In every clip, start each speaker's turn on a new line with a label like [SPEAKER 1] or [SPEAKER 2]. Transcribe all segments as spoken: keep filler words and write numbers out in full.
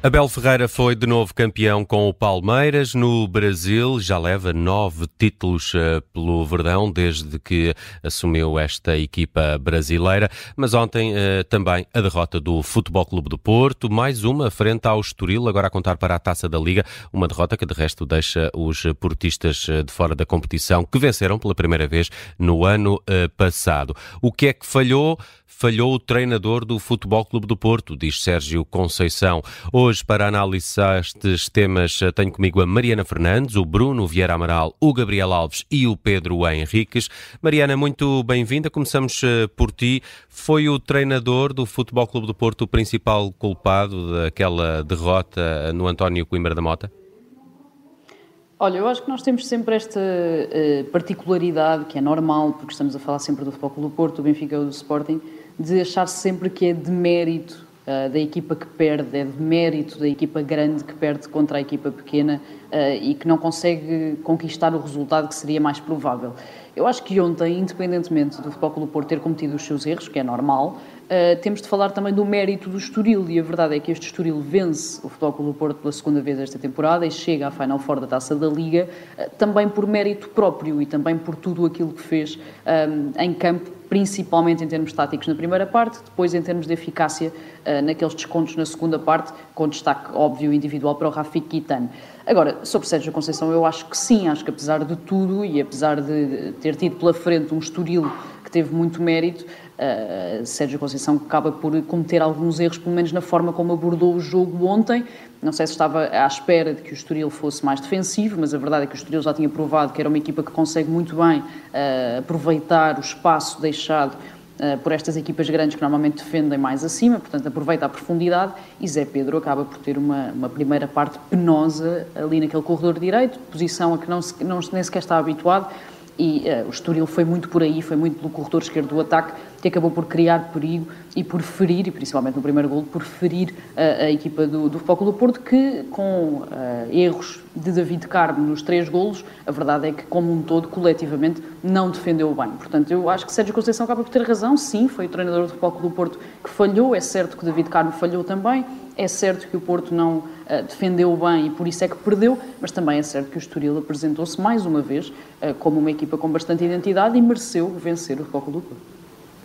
[SPEAKER 1] Abel Ferreira foi de novo campeão com o Palmeiras no Brasil, já leva nove títulos uh, pelo Verdão desde que assumiu esta equipa brasileira, mas ontem uh, também a derrota do Futebol Clube do Porto, mais uma frente ao Estoril, agora a contar para a Taça da Liga, uma derrota que de resto deixa os portistas de fora da competição, que venceram pela primeira vez no ano uh, passado. O que é que falhou? Falhou o treinador do Futebol Clube do Porto, diz Sérgio Conceição. Hoje, para analisar estes temas, tenho comigo a Mariana Fernandes, o Bruno Vieira Amaral, o Gabriel Alves e o Pedro Henriques. Mariana, muito bem-vinda. Começamos por ti. Foi o treinador do Futebol Clube do Porto o principal culpado daquela derrota no António Coimbra da Mota?
[SPEAKER 2] Olha, eu acho que nós temos sempre esta uh, particularidade, que é normal, porque estamos a falar sempre do Futebol Clube do Porto, do Benfica ou do Sporting, de achar sempre que é de mérito uh, da equipa que perde, é de mérito da equipa grande que perde contra a equipa pequena uh, e que não consegue conquistar o resultado que seria mais provável. Eu acho que ontem, independentemente do Futebol Clube do Porto ter cometido os seus erros, que é normal, uh, temos de falar também do mérito do Estoril, e a verdade é que este Estoril vence o Futebol Clube do Porto pela segunda vez esta temporada e chega à Final Four da Taça da Liga, uh, também por mérito próprio e também por tudo aquilo que fez um, em campo, principalmente em termos táticos na primeira parte, depois em termos de eficácia uh, naqueles descontos na segunda parte, com destaque óbvio individual para o Rafik Guitane. Agora, sobre Sérgio Conceição, eu acho que sim, acho que apesar de tudo e apesar de ter tido pela frente um Estoril que teve muito mérito, uh, Sérgio Conceição acaba por cometer alguns erros, pelo menos na forma como abordou o jogo ontem. Não sei se estava à espera de que o Estoril fosse mais defensivo, mas a verdade é que o Estoril já tinha provado que era uma equipa que consegue muito bem uh, aproveitar o espaço deixado Uh, por estas equipas grandes que normalmente defendem mais acima, portanto aproveita a profundidade, e Zé Pedro acaba por ter uma, uma primeira parte penosa ali naquele corredor direito, posição a que não, se, não nem sequer está habituado, e uh, o Estoril foi muito por aí, foi muito pelo corredor esquerdo do ataque, que acabou por criar perigo e por ferir, e principalmente no primeiro golo, por ferir uh, a equipa do, do Futebol Clube do Porto, que com uh, erros de David Carmo nos três golos, a verdade é que como um todo, coletivamente, não defendeu bem. Portanto, eu acho que Sérgio Conceição acaba por ter razão, sim, foi o treinador do Futebol Clube do Porto que falhou, é certo que o David Carmo falhou também, é certo que o Porto não uh, defendeu bem e por isso é que perdeu, mas também é certo que o Estoril apresentou-se mais uma vez uh, como uma equipa com bastante identidade e mereceu vencer o Futebol Clube do Porto.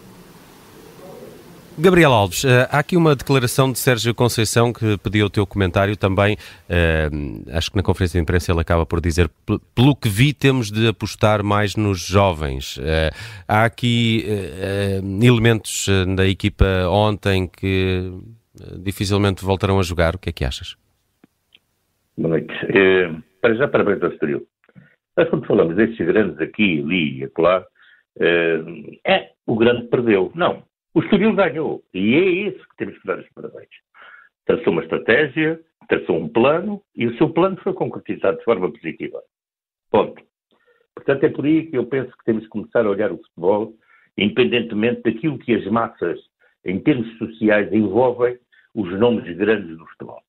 [SPEAKER 1] Gabriel Alves, há aqui uma declaração de Sérgio Conceição que pediu o teu comentário também, acho que na conferência de imprensa ele acaba por dizer, pelo que vi temos de apostar mais nos jovens. Há aqui elementos da equipa ontem que dificilmente voltarão a jogar, o que é que achas?
[SPEAKER 3] Boa noite. É, para já, parabéns ao Estoril. Nós quando falamos destes grandes aqui, ali e acolá, é, é, o grande perdeu. Não. O Estoril ganhou, e é isso que temos que dar os parabéns. Traçou uma estratégia, traçou um plano, e o seu plano foi concretizado de forma positiva. Ponto. Portanto, é por aí que eu penso que temos que começar a olhar o futebol, independentemente daquilo que as massas, em termos sociais, envolvem os nomes grandes do futebol.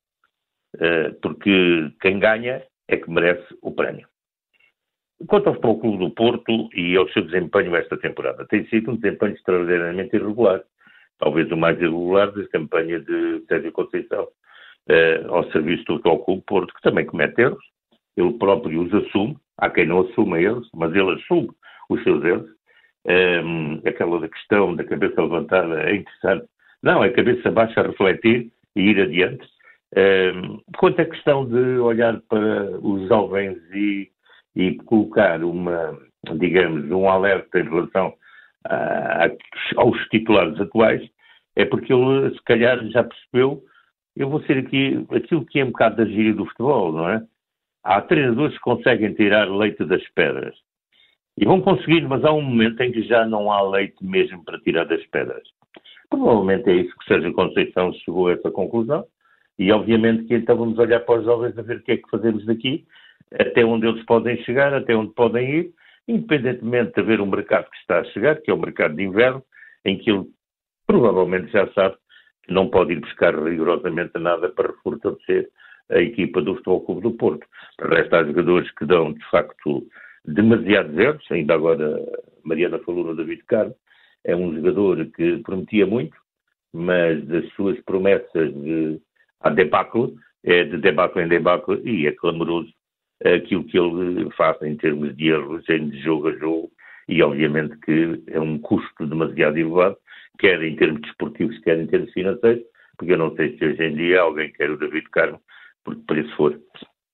[SPEAKER 3] Porque quem ganha é que merece o prémio. Quanto ao Futebol Clube do Porto e ao seu desempenho esta temporada, tem sido um desempenho extraordinariamente irregular. Talvez o mais irregular da campanha de Sérgio Conceição eh, ao serviço do Futebol Clube do Porto, que também comete erros. Ele próprio os assume. Há quem não assuma erros, mas ele assume os seus erros. Eh, aquela da questão da cabeça levantada é interessante. Não, é a cabeça baixa a refletir e ir adiante. Eh, quanto à questão de olhar para os jovens e e colocar uma, digamos, um alerta em relação a, a, aos titulares atuais, é porque ele, se calhar, já percebeu, eu vou ser aqui, aquilo que é um bocado da gíria do futebol, não é? Há treinadores que conseguem tirar leite das pedras. E vão conseguir, mas há um momento em que já não há leite mesmo para tirar das pedras. Provavelmente é isso que Sérgio Conceição chegou a essa conclusão, e obviamente que então vamos olhar para os jovens a ver o que é que fazemos daqui, até onde eles podem chegar, até onde podem ir, independentemente de haver um mercado que está a chegar, que é o mercado de inverno, em que ele provavelmente já sabe que não pode ir buscar rigorosamente nada para fortalecer a equipa do Futebol Clube do Porto. Para o resto, há jogadores que dão, de facto, demasiados erros. Ainda agora, Mariana falou no David Carmo, é um jogador que prometia muito, mas das suas promessas de há debacle, é de debacle em debacle, e é clamoroso aquilo que ele faz em termos de erros, de jogo a jogo, e obviamente que é um custo demasiado elevado, quer em termos desportivos, quer em termos financeiros, porque eu não sei se hoje em dia alguém quer o David Carmo, porque para isso for.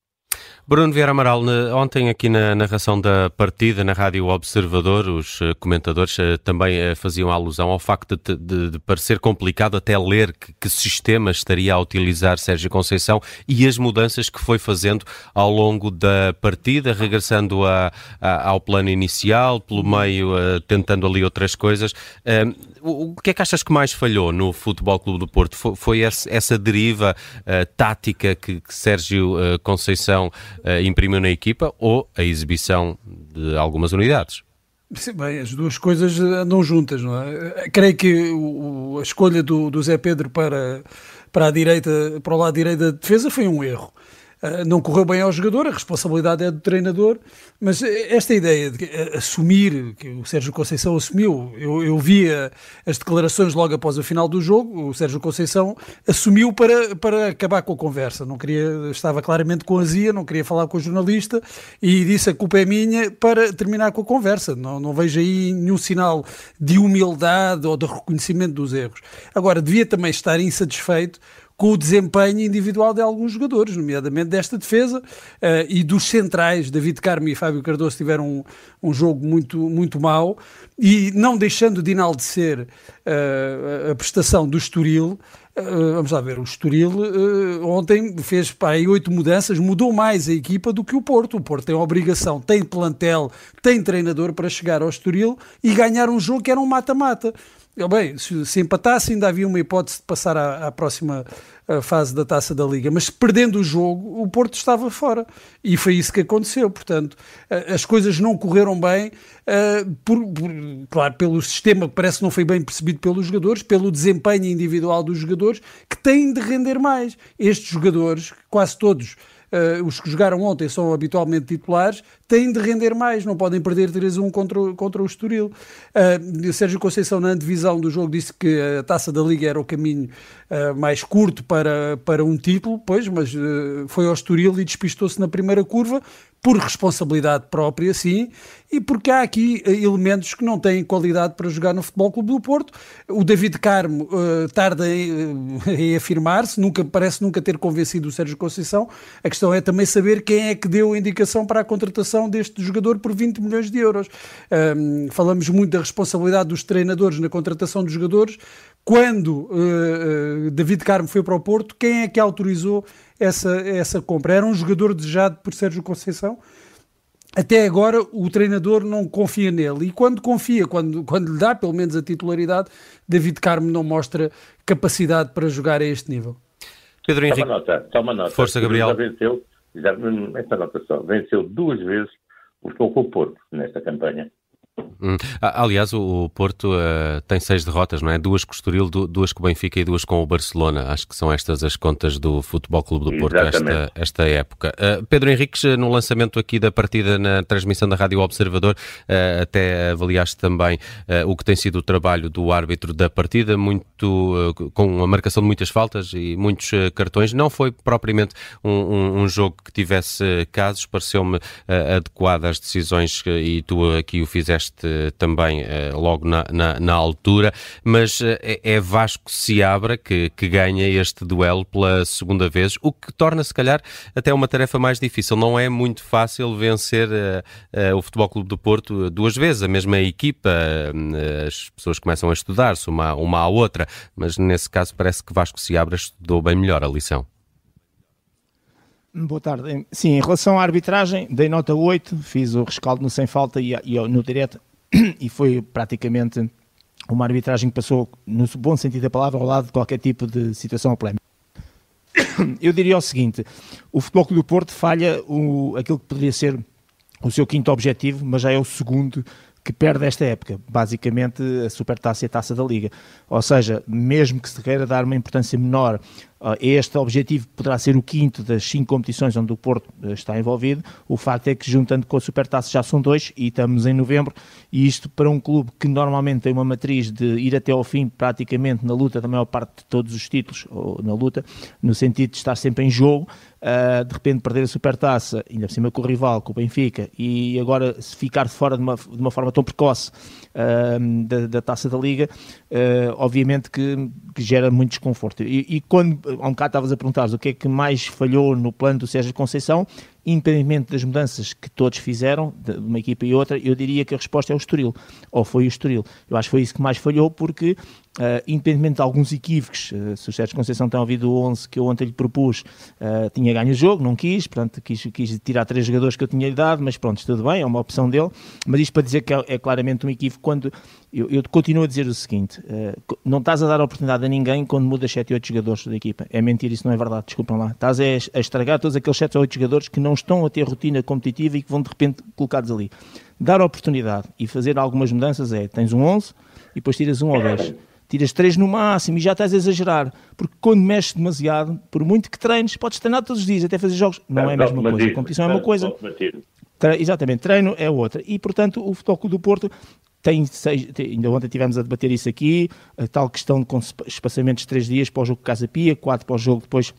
[SPEAKER 1] Bruno Vieira Amaral, ontem aqui na narração da partida, na Rádio Observador, os comentadores também faziam alusão ao facto de, de, de parecer complicado até ler que, que sistema estaria a utilizar Sérgio Conceição e as mudanças que foi fazendo ao longo da partida, regressando a, a, ao plano inicial, pelo meio tentando ali outras coisas. O, o que é que achas que mais falhou no Futebol Clube do Porto? Foi, foi essa, essa deriva uh, tática que, que Sérgio uh, Conceição Uh, imprimiu na equipa, ou a exibição de algumas unidades?
[SPEAKER 4] Sim, bem, as duas coisas andam juntas, não é? Creio que o, a escolha do, do Zé Pedro para, para a direita, para o lado direito da defesa foi um erro. Uh, não correu bem ao jogador, a responsabilidade é do treinador, mas esta ideia de uh, assumir, que o Sérgio Conceição assumiu, eu, eu vi uh, as declarações logo após o final do jogo, o Sérgio Conceição assumiu para, para acabar com a conversa, não queria, estava claramente com azia, não queria falar com o jornalista e disse a culpa é minha para terminar com a conversa, não, não vejo aí nenhum sinal de humildade ou de reconhecimento dos erros. Agora, devia também estar insatisfeito com o desempenho individual de alguns jogadores, nomeadamente desta defesa, uh, e dos centrais. David Carmo e Fábio Cardoso tiveram um, um jogo muito, muito mau, e não deixando de enaltecer uh, a prestação do Estoril. Uh, vamos lá ver, o Estoril uh, ontem fez pá, aí oito mudanças, mudou mais a equipa do que o Porto. O Porto tem a obrigação, tem plantel, tem treinador para chegar ao Estoril e ganhar um jogo que era um mata-mata. Bem, se, se empatasse ainda havia uma hipótese de passar à, à próxima à fase da Taça da Liga, mas perdendo o jogo, o Porto estava fora, e foi isso que aconteceu. Portanto, as coisas não correram bem, uh, por, por, claro, pelo sistema que parece que não foi bem percebido pelos jogadores, pelo desempenho individual dos jogadores, que têm de render mais. Estes jogadores, quase todos, Uh, os que jogaram ontem são habitualmente titulares, têm de render mais, não podem perder três a um contra, o, contra o Estoril. Uh, Sérgio Conceição, na antevisão do jogo, disse que a Taça da Liga era o caminho uh, mais curto para, para um título, pois, mas uh, foi ao Estoril e despistou-se na primeira curva, por responsabilidade própria, sim, e porque há aqui elementos que não têm qualidade para jogar no Futebol Clube do Porto. O David Carmo uh, tarda em, uh, em afirmar-se, nunca, parece nunca ter convencido o Sérgio Conceição. A questão é também saber quem é que deu a indicação para a contratação deste jogador por vinte milhões de euros. Um, falamos muito da responsabilidade dos treinadores na contratação dos jogadores. Quando uh, uh, David Carmo foi para o Porto, quem é que autorizou essa, essa compra? Era um jogador desejado por Sérgio Conceição? Até agora o treinador não confia nele, e quando confia, quando, quando lhe dá pelo menos a titularidade, David Carmo não mostra capacidade para jogar a este nível.
[SPEAKER 1] Pedro Henrique,
[SPEAKER 3] só uma nota, só uma nota.
[SPEAKER 1] Força, Gabriel.
[SPEAKER 3] Já venceu, já, esta nota só, venceu duas vezes o Futebol Clube do Porto nesta campanha.
[SPEAKER 1] Hum. Aliás, o Porto uh, tem seis derrotas, não é? Duas com o Estoril, duas com o Benfica e duas com o Barcelona. Acho que são estas as contas do Futebol Clube do Porto esta, esta época. Uh, Pedro Henriques, no lançamento aqui da partida na transmissão da Rádio Observador, uh, até avaliaste também uh, o que tem sido o trabalho do árbitro da partida, muito, uh, com a marcação de muitas faltas e muitos uh, cartões. Não foi propriamente um, um, um jogo que tivesse uh, casos, pareceu-me uh, adequado às decisões uh, e tu aqui o fizeste também uh, logo na, na, na altura, mas uh, é Vasco Seabra que, que ganha este duelo pela segunda vez, o que torna se calhar até uma tarefa mais difícil. Não é muito fácil vencer uh, uh, o Futebol Clube do Porto duas vezes, a mesma equipa, uh, as pessoas começam a estudar-se uma, uma à outra, mas nesse caso parece que Vasco Seabra estudou bem melhor a lição.
[SPEAKER 5] Boa tarde. Sim, em relação à arbitragem, dei nota oito, fiz o rescaldo no sem falta e, e no direto, e foi praticamente uma arbitragem que passou, no bom sentido da palavra, ao lado de qualquer tipo de situação ou polémica. Eu diria o seguinte: o Futebol Clube do Porto falha o, aquilo que poderia ser o seu quinto objetivo, mas já é o segundo que perde esta época, basicamente a Supertaça e a Taça da Liga. Ou seja, mesmo que se queira dar uma importância menor este objetivo poderá ser o quinto das cinco competições onde o Porto está envolvido. O facto é que, juntando com a Supertaça, já são dois e estamos em novembro, e isto para um clube que normalmente tem uma matriz de ir até ao fim praticamente na luta da maior parte de todos os títulos, ou na luta, no sentido de estar sempre em jogo, uh, de repente perder a Supertaça, ainda por cima com o rival, com o Benfica, e agora se ficar de fora de uma, de uma forma tão precoce uh, da, da Taça da Liga, uh, obviamente que, que gera muito desconforto. E, e quando, há um bocado estavas a perguntar o que é que mais falhou no plano do Sérgio Conceição, independentemente das mudanças que todos fizeram, de uma equipa e outra, eu diria que a resposta é o Estoril, ou foi o Estoril. Eu acho que foi isso que mais falhou, porque, uh, independentemente de alguns equívocos, uh, se o Sérgio Conceição tem ouvido o onze que eu ontem lhe propus, uh, tinha ganho o jogo, não quis, portanto, quis, quis tirar três jogadores que eu tinha lhe dado, mas pronto, tudo bem, é uma opção dele, mas isto para dizer que é, é claramente um equívoco quando... Eu, eu continuo a dizer o seguinte, uh, não estás a dar a oportunidade a ninguém quando mudas sete ou oito jogadores da equipa. É mentira, isso não é verdade, desculpem lá. Estás a, a estragar todos aqueles sete ou oito jogadores que não estão a ter rotina competitiva e que vão de repente colocados ali. Dar a oportunidade e fazer algumas mudanças é, tens um onze e depois tiras um ou dez. Tiras três no máximo e já estás a exagerar, porque quando mexes demasiado, por muito que treines, podes treinar todos os dias, até fazer jogos, não é a mesma coisa. A competição é uma coisa, tre- exatamente, treino é outra. E portanto o Futebol Clube do Porto tem seis, tem, ainda ontem tivemos a debater isso aqui, a tal questão com espaçamentos de três dias para o jogo de Casa Pia, quatro para o jogo depois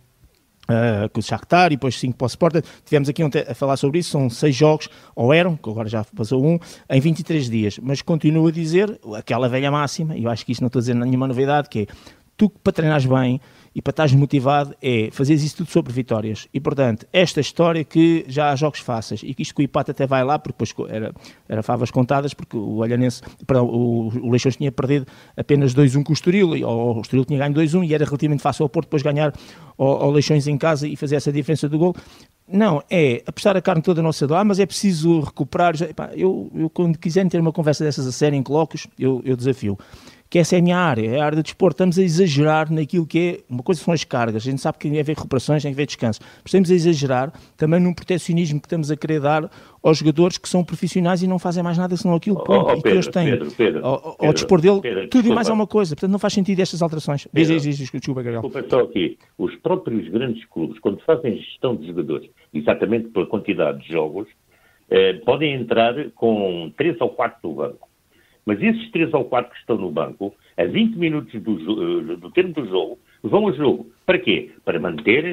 [SPEAKER 5] uh, com o Shakhtar e depois cinco para o Sporting. Tivemos aqui ontem a falar sobre isso, são seis jogos, ou eram, que agora já passou um, em vinte e três dias. Mas continuo a dizer, aquela velha máxima, e eu acho que isto não estou a dizer nenhuma novidade, que é, tu para treinares bem e para estares motivado é fazeres isso tudo sobre vitórias. E, portanto, esta história que já há jogos fáceis e que isto que o empate até vai lá, porque depois era, era favas contadas, porque o Olhanense, perdão, o, o Leixões tinha perdido apenas dois a um com o Estoril, ou o Estoril tinha ganho dois a um e era relativamente fácil ao Porto depois ganhar ao, ao Leixões em casa e fazer essa diferença do gol. Não, é apostar a carne toda no nosso lado, ah, mas é preciso recuperar. Já, epá, eu, eu, quando quiserem ter uma conversa dessas a sério em colóquios, eu, eu desafio. Que essa é a minha área, é a área do desporto. Estamos a exagerar naquilo que é, uma coisa são as cargas, a gente sabe que tem que haver recuperações, tem que haver descanso, mas estamos a exagerar também num protecionismo que estamos a querer dar aos jogadores que são profissionais e não fazem mais nada senão aquilo ponto,
[SPEAKER 3] oh, oh,
[SPEAKER 5] e que eles têm
[SPEAKER 3] Pedro, Pedro,
[SPEAKER 5] ao, ao
[SPEAKER 3] Pedro,
[SPEAKER 5] dispor dele,
[SPEAKER 3] Pedro,
[SPEAKER 5] tudo
[SPEAKER 3] desculpa.
[SPEAKER 5] e mais alguma coisa, portanto não faz sentido estas alterações. Diz, diz, diz, desculpa, Gabriel.
[SPEAKER 3] Desculpa só aqui, os próprios grandes clubes, quando fazem gestão de jogadores, exatamente pela quantidade de jogos, eh, podem entrar com três ou quatro no banco. Mas esses três ou quatro que estão no banco, a vinte minutos do, do termo do jogo, vão ao jogo. Para quê? Para manterem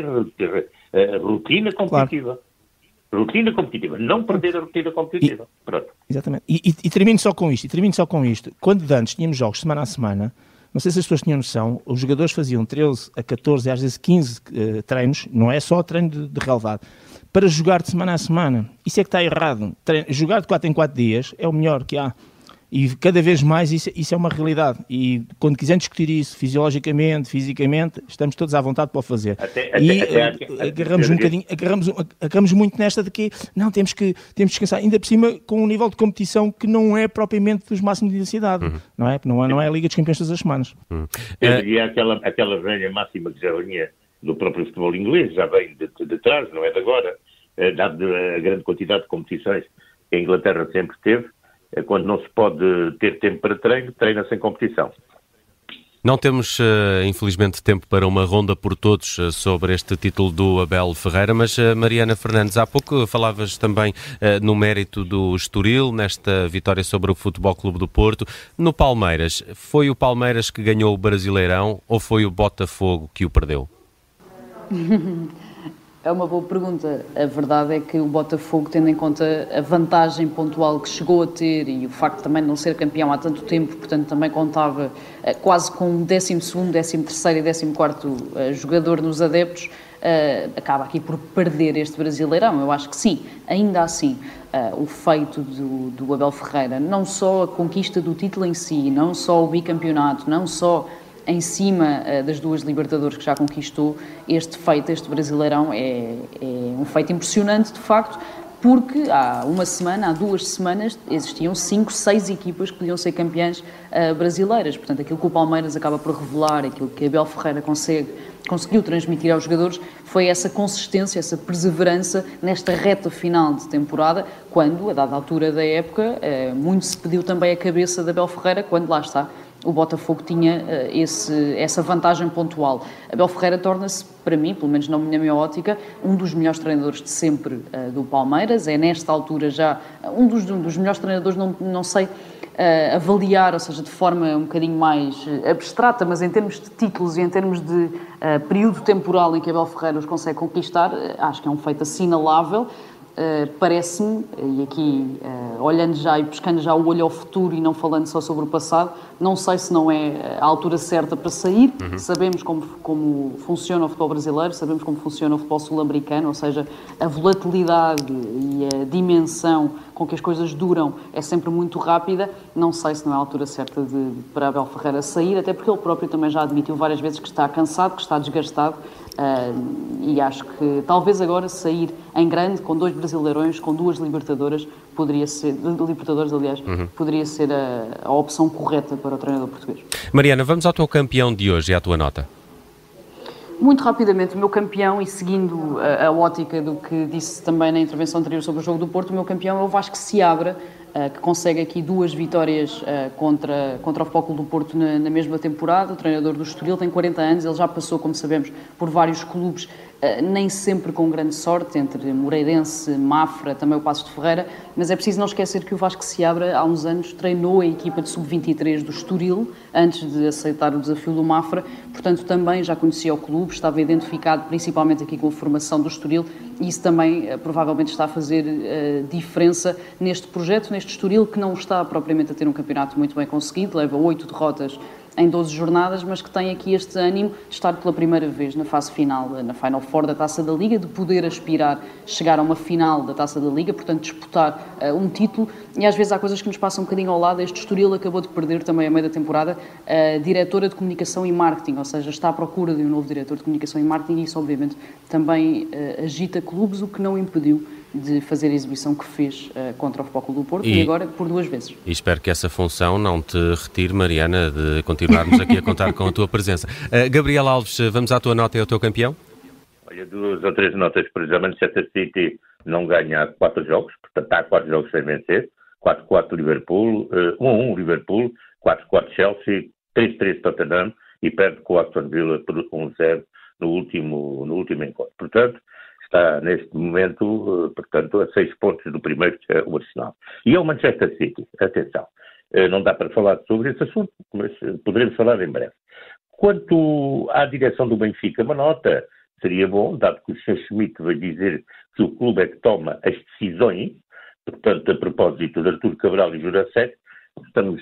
[SPEAKER 3] a rotina competitiva. Claro. Rotina competitiva. Não perder a rotina competitiva.
[SPEAKER 5] E,
[SPEAKER 3] Pronto.
[SPEAKER 5] Exatamente. E, e, e termino só com isto. E termino só com isto. Quando antes tínhamos jogos semana a semana, não sei se as pessoas tinham noção, os jogadores faziam treze a catorze, às vezes quinze uh, treinos, não é só treino de, de relevado, para jogar de semana a semana. Isso é que está errado. Treino, jogar de quatro em quatro dias é o melhor que há. E cada vez mais isso, isso é uma realidade. E quando quiserem discutir isso fisiologicamente, fisicamente, estamos todos à vontade para o fazer. Até, e até, até, até, agarramos um bocadinho, agarramos, agarramos muito nesta de que não, temos que, temos que descansar, ainda por cima com um nível de competição que não é propriamente dos máximos de intensidade, uhum. não é? Não é, não é a Liga dos Campeões todas as semanas.
[SPEAKER 3] Uhum. É, e é aquela, aquela velha máxima que já vinha do próprio futebol inglês, já vem de, de, de trás, não é de agora, é, dado a grande quantidade de competições que a Inglaterra sempre teve. Quando não se pode ter tempo para treino, treina sem competição.
[SPEAKER 1] Não temos, infelizmente, tempo para uma ronda por todos sobre este título do Abel Ferreira, mas, Mariana Fernandes, há pouco falavas também no mérito do Estoril, nesta vitória sobre o Futebol Clube do Porto. No Palmeiras, foi o Palmeiras que ganhou o Brasileirão ou foi o Botafogo que o perdeu?
[SPEAKER 2] É uma boa pergunta. A verdade é que o Botafogo, tendo em conta a vantagem pontual que chegou a ter e o facto de também não ser campeão há tanto tempo, portanto também contava quase com o décimo segundo, décimo terceiro e décimo quarto jogador nos adeptos, acaba aqui por perder este Brasileirão. Eu acho que sim, ainda assim, o feito do, do Abel Ferreira, não só a conquista do título em si, não só o bicampeonato, não só em cima uh, das duas Libertadores que já conquistou, este feito, este Brasileirão, é, é um feito impressionante, de facto, porque há uma semana, há duas semanas, existiam cinco, seis equipas que podiam ser campeãs uh, brasileiras. Portanto, aquilo que o Palmeiras acaba por revelar, aquilo que Abel Ferreira consegue, conseguiu transmitir aos jogadores, foi essa consistência, essa perseverança nesta reta final de temporada, quando, a dada altura da época, uh, muito se pediu também a cabeça de Abel Ferreira, quando lá está, o Botafogo tinha uh, esse, essa vantagem pontual. Abel Ferreira torna-se, para mim, pelo menos na minha ótica, um dos melhores treinadores de sempre uh, do Palmeiras. É nesta altura já um dos, um dos melhores treinadores, não, não sei uh, avaliar, ou seja, de forma um bocadinho mais uh, abstrata, mas em termos de títulos e em termos de uh, período temporal em que Abel Ferreira os consegue conquistar, uh, acho que é um feito assinalável. Uh, parece-me, e aqui uh, olhando já e pescando já o olho ao futuro e não falando só sobre o passado, não sei se não é a altura certa para sair. Uhum. Sabemos como, como funciona o futebol brasileiro, sabemos como funciona o futebol sul-americano, ou seja, a volatilidade e a dimensão com que as coisas duram é sempre muito rápida. Não sei se não é a altura certa de, para Abel Ferreira sair, até porque ele próprio também já admitiu várias vezes que está cansado, que está desgastado. Uh, e acho que talvez agora sair em grande, com dois brasileirões, com duas libertadoras, poderia ser, libertadores aliás, uhum. poderia ser a, a opção correta para o treinador português.
[SPEAKER 1] Mariana, vamos ao teu campeão de hoje e à tua nota.
[SPEAKER 2] Muito rapidamente, o meu campeão, e seguindo a, a ótica do que disse também na intervenção anterior sobre o jogo do Porto, o meu campeão é o Vasco Seabra, uh, que consegue aqui duas vitórias uh, contra, contra o Futebol Clube do Porto na, na mesma temporada. O treinador do Estoril tem quarenta anos, ele já passou, como sabemos, por vários clubes, uh, nem sempre com grande sorte, entre Moreirense, Mafra, também o Passos de Ferreira, mas é preciso não esquecer que o Vasco Seabra, há uns anos, treinou a equipa de sub vinte e três do Estoril, antes de aceitar o desafio do Mafra, portanto também já conhecia o clube, estava identificado principalmente aqui com a formação do Estoril, e isso também uh, provavelmente está a fazer uh, diferença neste projeto, neste Estoril, que não está propriamente a ter um campeonato muito bem conseguido, leva oito derrotas em doze jornadas, mas que tem aqui este ânimo de estar pela primeira vez na fase final, na Final Four da Taça da Liga, de poder aspirar, chegar a uma final da Taça da Liga, portanto disputar uh, um título, e às vezes há coisas que nos passam um bocadinho ao lado. Este Estoril acabou de perder também a meio da temporada a diretora de comunicação e marketing, ou seja, está à procura de um novo diretor de comunicação e marketing, e isso obviamente também uh, agita clubes, o que não impediu de fazer a exibição que fez uh, contra o Futebol Clube do Porto, e, e agora por duas vezes.
[SPEAKER 1] E espero que essa função não te retire, Mariana, de continuarmos aqui a contar com a tua presença. Uh, Gabriel Alves, vamos à tua nota e ao teu campeão?
[SPEAKER 3] Olha, duas ou três notas, por exemplo, Manchester City não ganha há quatro jogos, portanto está há quatro jogos sem vencer, quatro a quatro Liverpool, um a um Liverpool, quatro a quatro Chelsea, três a três Tottenham e perde com o Aston Villa por um a zero no último, no último encontro. Portanto, está neste momento, portanto, a seis pontos do primeiro, que é o Arsenal. E é o Manchester City, atenção, não dá para falar sobre esse assunto, mas poderemos falar em breve. Quanto à direção do Benfica, uma nota seria bom, dado que o senhor Schmidt vai dizer que o clube é que toma as decisões, portanto, a propósito de Artur Cabral e Jurasek, estamos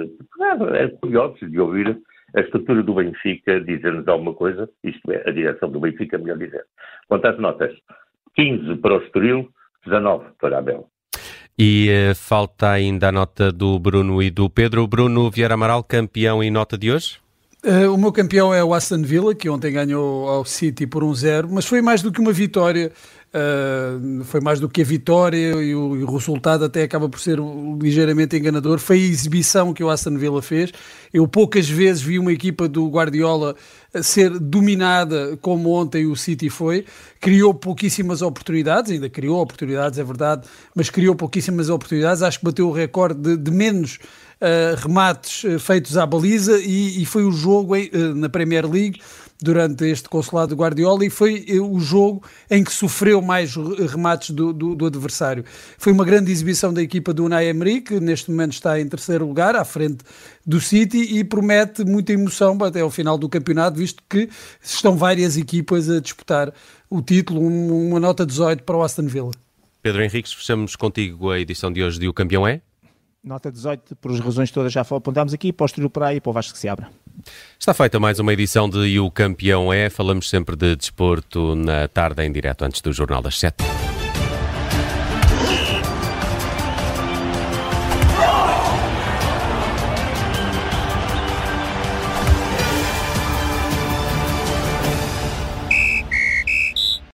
[SPEAKER 3] uh, curiosos de ouvir a estrutura do Benfica dizer-nos alguma coisa, isto é, a direção do Benfica, melhor dizer. Quanto às notas, quinze para o Estoril, dezanove para a Abel.
[SPEAKER 1] E uh, falta ainda a nota do Bruno e do Pedro. Bruno Vieira Amaral, campeão e nota de hoje?
[SPEAKER 4] Uh, o meu campeão é o Aston Villa, que ontem ganhou ao City por um zero, mas foi mais do que uma vitória. Uh, foi mais do que a vitória, e o, e o resultado até acaba por ser ligeiramente enganador. Foi a exibição que o Aston Villa fez. Eu poucas vezes vi uma equipa do Guardiola ser dominada como ontem o City foi. Criou pouquíssimas oportunidades, ainda criou oportunidades, é verdade, mas criou pouquíssimas oportunidades. Acho que bateu o recorde de, de menos uh, remates uh, feitos à baliza, e, e foi o jogo em, uh, na Premier League durante este consulado do Guardiola, e foi o jogo em que sofreu mais remates do, do, do adversário. Foi uma grande exibição da equipa do Unai Emery, que neste momento está em terceiro lugar, à frente do City, e promete muita emoção até ao final do campeonato, visto que estão várias equipas a disputar o título. Uma nota dezoito para o Aston Villa.
[SPEAKER 1] Pedro Henriques, fechamos contigo a edição de hoje de O Campeão é?
[SPEAKER 5] Nota dezoito, por as razões todas já apontámos aqui, para o Estoril para aí e para o Vasco Seabra.
[SPEAKER 1] Está feita mais uma edição de E o Campeão é. Falamos sempre de desporto na tarde em direto antes do Jornal das sete.